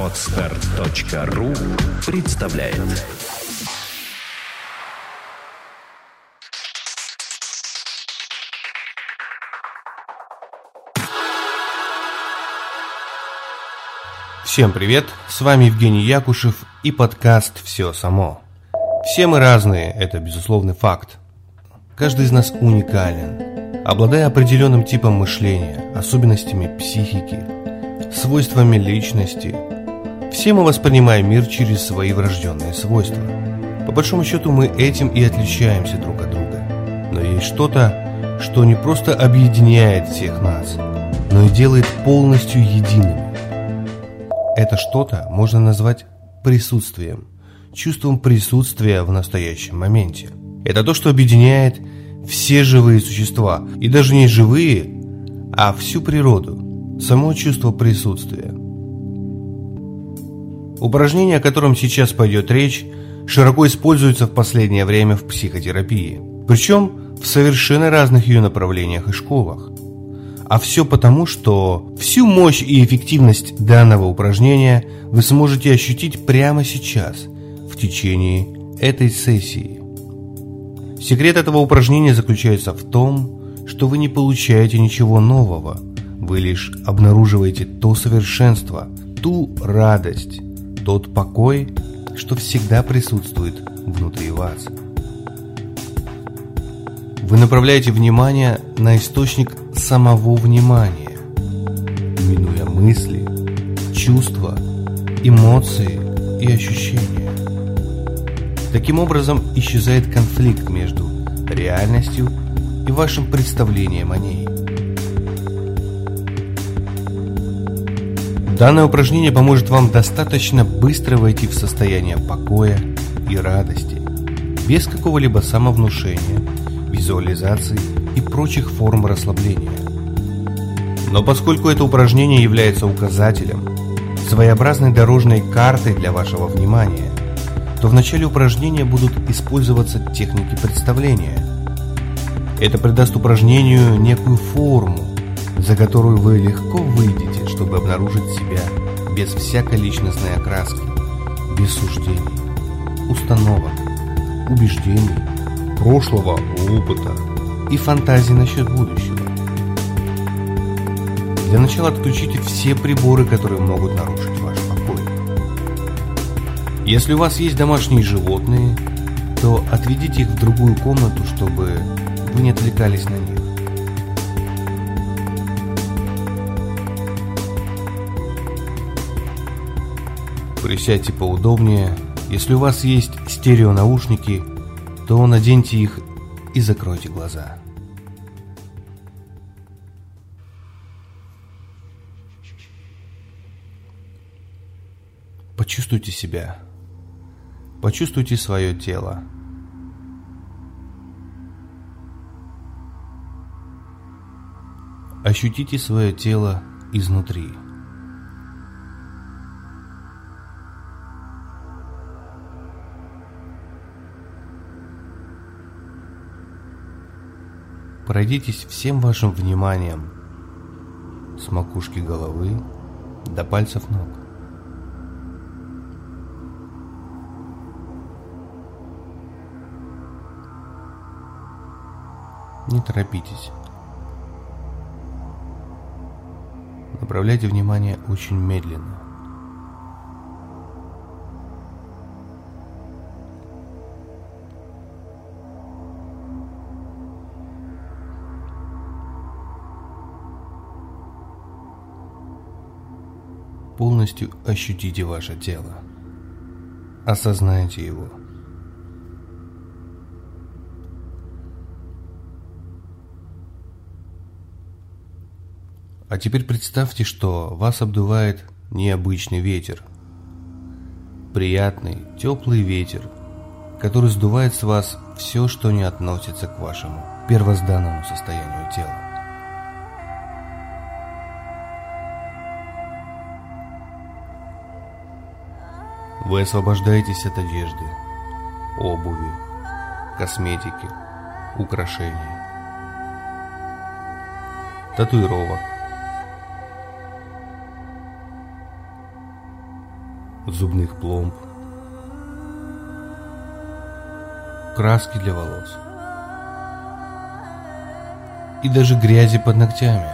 Podster.ru представляет. Всем привет, с вами Евгений Якушев и подкаст «Все само». Все мы разные, это безусловный факт. Каждый из нас уникален, обладая определенным типом мышления, особенностями психики, свойствами личности. Все мы воспринимаем мир через свои врожденные свойства. По большому счету мы этим и отличаемся друг от друга. Но есть что-то, что не просто объединяет всех нас, но и делает полностью едиными. Это что-то можно назвать присутствием, чувством присутствия в настоящем моменте. Это то, что объединяет все живые существа, и даже не живые, а всю природу, само чувство присутствия. Упражнение, о котором сейчас пойдет речь, широко используется в последнее время в психотерапии, причем в совершенно разных ее направлениях и школах. А все потому, что всю мощь и эффективность данного упражнения вы сможете ощутить прямо сейчас, в течение этой сессии. Секрет этого упражнения заключается в том, что вы не получаете ничего нового, вы лишь обнаруживаете то совершенство, ту радость, тот покой, что всегда присутствует внутри вас. Вы направляете внимание на источник самого внимания, минуя мысли, чувства, эмоции и ощущения. Таким образом исчезает конфликт между реальностью и вашим представлением о ней. Данное упражнение поможет вам достаточно быстро войти в состояние покоя и радости, без какого-либо самовнушения, визуализации и прочих форм расслабления. Но поскольку это упражнение является указателем, своеобразной дорожной картой для вашего внимания, то в начале упражнения будут использоваться техники представления. Это придаст упражнению некую форму, за которую вы легко выйдете, чтобы обнаружить себя без всякой личностной окраски, без суждений, установок, убеждений, прошлого опыта и фантазий насчет будущего. Для начала отключите все приборы, которые могут нарушить ваш покой. Если у вас есть домашние животные, то отведите их в другую комнату, чтобы вы не отвлекались на них. Присядьте поудобнее. Если у вас есть стереонаушники, то наденьте их и закройте глаза. Почувствуйте себя. Почувствуйте свое тело. Ощутите свое тело изнутри. Пройдитесь всем вашим вниманием с макушки головы до пальцев ног. Не торопитесь. Направляйте внимание очень медленно. Полностью ощутите ваше тело. Осознайте его. А теперь представьте, что вас обдувает необычный ветер. Приятный, теплый ветер, который сдувает с вас все, что не относится к вашему первозданному состоянию тела. Вы освобождаетесь от одежды, обуви, косметики, украшений, татуировок, зубных пломб, краски для волос и даже грязи под ногтями.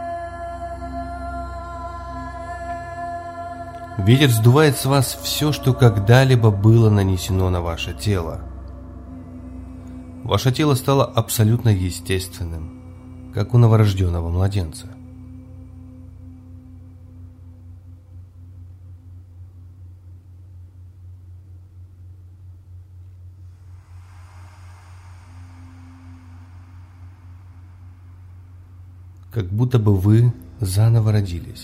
Ветер сдувает с вас все, что когда-либо было нанесено на ваше тело. Ваше тело стало абсолютно естественным, как у новорожденного младенца. Как будто бы вы заново родились.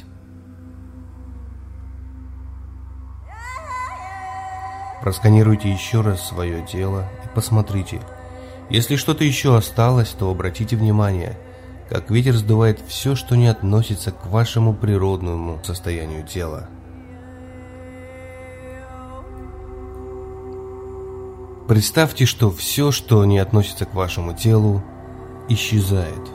Просканируйте еще раз свое тело и посмотрите. Если что-то еще осталось, то обратите внимание, как ветер сдувает все, что не относится к вашему природному состоянию тела. Представьте, что все, что не относится к вашему телу, исчезает.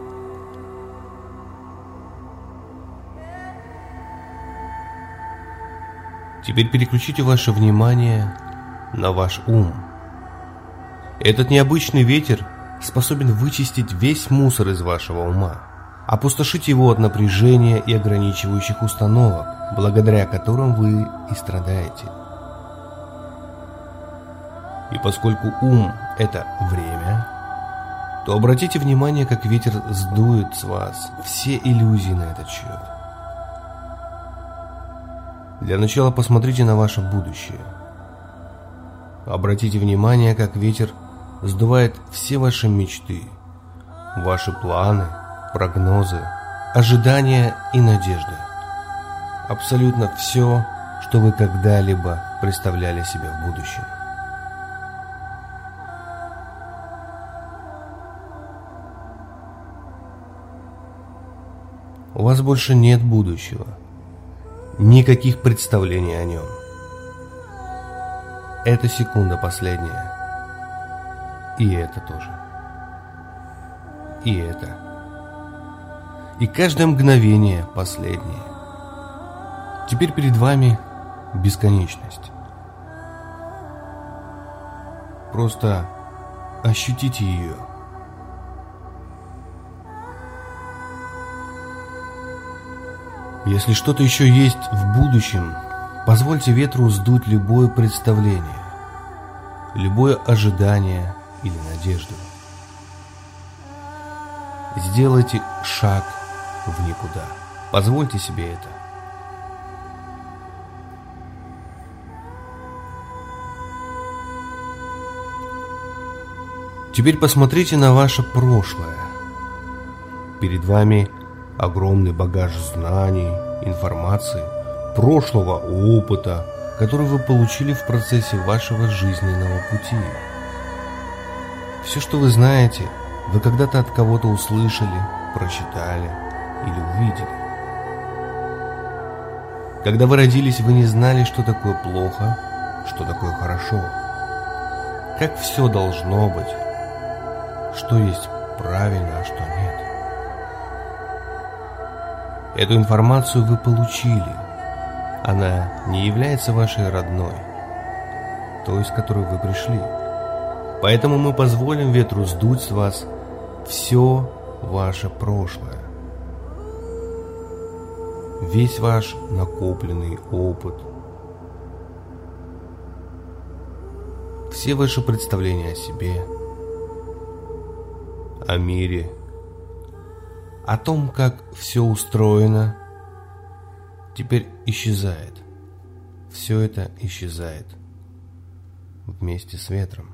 Теперь переключите ваше внимание на ваш ум. Этот необычный ветер способен вычистить весь мусор из вашего ума, опустошить его от напряжения и ограничивающих установок, благодаря которым вы и страдаете. И поскольку ум – это время, то обратите внимание, как ветер сдует с вас все иллюзии на этот счет. Для начала посмотрите на ваше будущее. Обратите внимание, как ветер сдувает все ваши мечты, ваши планы, прогнозы, ожидания и надежды. Абсолютно все, что вы когда-либо представляли себе в будущем. У вас больше нет будущего. Никаких представлений о нем. Эта секунда последняя. И это тоже. И это. И каждое мгновение последнее. Теперь перед вами бесконечность. Просто ощутите ее. Если что-то еще есть в будущем, позвольте ветру сдуть любое представление, любое ожидание или надежду. Сделайте шаг в никуда. Позвольте себе это. Теперь посмотрите на ваше прошлое. Перед вами огромный багаж знаний, информации, прошлого опыта, который вы получили в процессе вашего жизненного пути. Все, что вы знаете, вы когда-то от кого-то услышали, прочитали или увидели. Когда вы родились, вы не знали, что такое плохо, что такое хорошо, как все должно быть, что есть правильно, а что нет. Эту информацию вы получили. Она не является вашей родной, той, с которой вы пришли. Поэтому мы позволим ветру сдуть с вас все ваше прошлое. Весь ваш накопленный опыт. Все ваши представления о себе, о мире, о том, как все устроено, теперь исчезает. Все это исчезает вместе с ветром.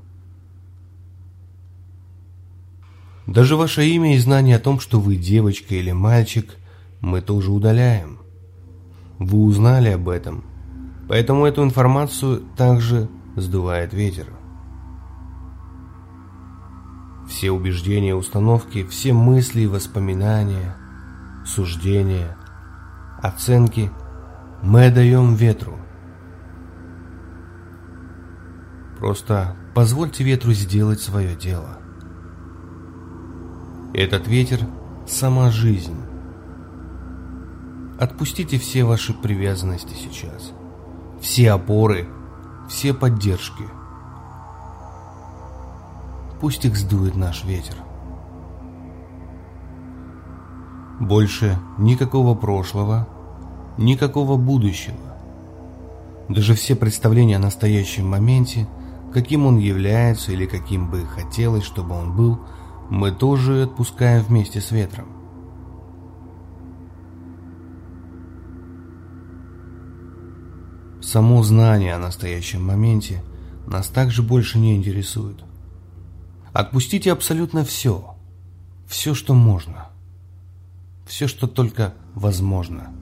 Даже ваше имя и знание о том, что вы девочка или мальчик, мы тоже удаляем. Вы узнали об этом, поэтому эту информацию также сдувает ветер. Все убеждения, установки, все мысли и воспоминания, суждения, оценки мы отдаем ветру. Просто позвольте ветру сделать свое дело. Этот ветер – сама жизнь. Отпустите все ваши привязанности сейчас, все опоры, все поддержки. Пусть их сдует наш ветер. Больше никакого прошлого, никакого будущего. Даже все представления о настоящем моменте, каким он является или каким бы хотелось, чтобы он был, мы тоже отпускаем вместе с ветром. Само знание о настоящем моменте нас также больше не интересует. Отпустите абсолютно все, все, что можно, все, что только возможно.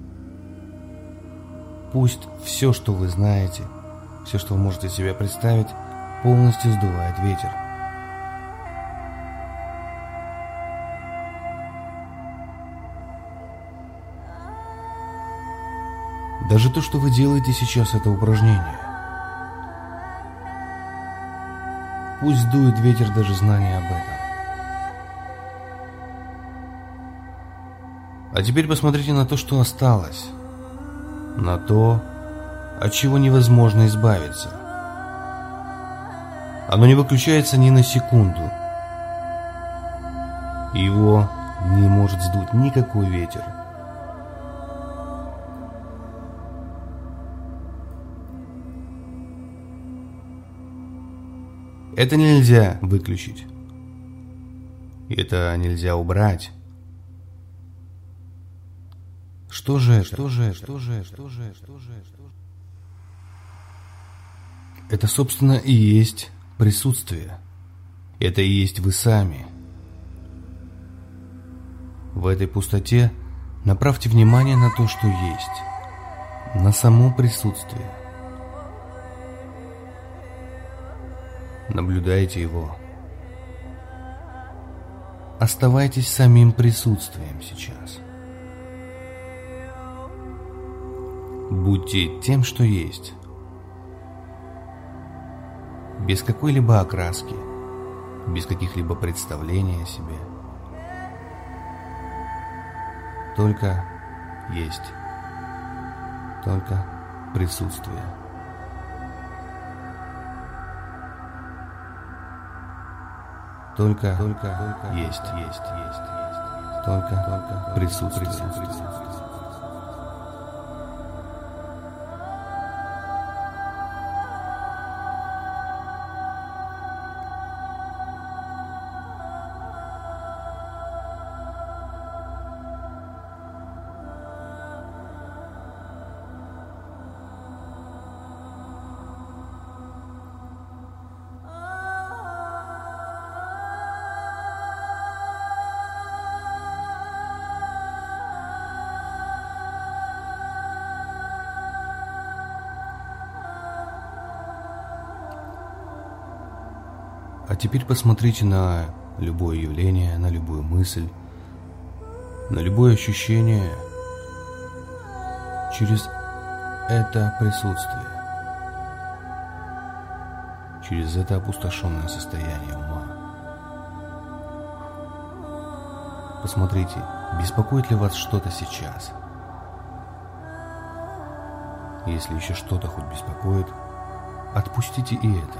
Пусть все, что вы знаете, все, что вы можете себе представить, полностью сдувает ветер. Даже то, что вы делаете сейчас, это упражнение. Пусть сдует ветер даже знания об этом. А теперь посмотрите на то, что осталось. На то, от чего невозможно избавиться. Оно не выключается ни на секунду. Его не может сдуть никакой ветер. Это нельзя выключить. Это нельзя убрать. Что же это? Это, собственно, и есть присутствие. Это и есть вы сами. В этой пустоте направьте внимание на то, что есть, на само присутствие. Наблюдайте его. Оставайтесь самим присутствием сейчас. Будьте тем, что есть. Без какой-либо окраски, без каких-либо представлений о себе. Только есть. Только присутствие. Только есть. Только присутствие. А теперь посмотрите на любое явление, на любую мысль, на любое ощущение через это присутствие, через это опустошенное состояние ума. Посмотрите, беспокоит ли вас что-то сейчас. Если еще что-то хоть беспокоит, отпустите и это.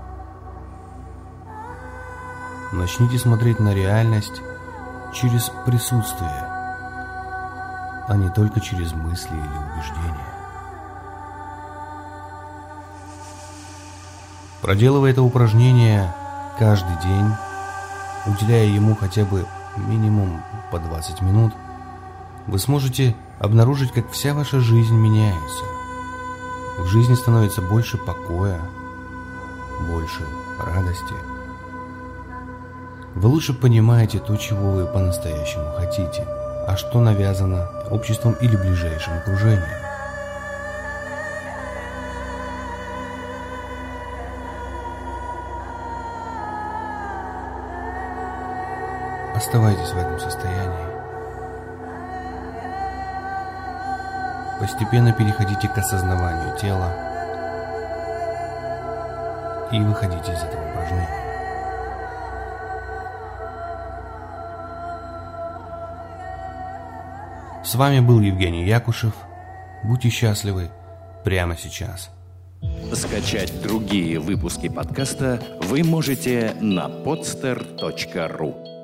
Начните смотреть на реальность через присутствие, а не только через мысли или убеждения. Проделывая это упражнение каждый день, уделяя ему хотя бы минимум по 20 минут, вы сможете обнаружить, как вся ваша жизнь меняется. В жизни становится больше покоя, больше радости. Вы лучше понимаете то, чего вы по-настоящему хотите, а что навязано обществом или ближайшим окружением. Оставайтесь в этом состоянии. Постепенно переходите к осознаванию тела и выходите из этого упражнения. С вами был Евгений Якушев. Будьте счастливы, прямо сейчас. Скачать другие выпуски подкаста вы можете на podster.ru.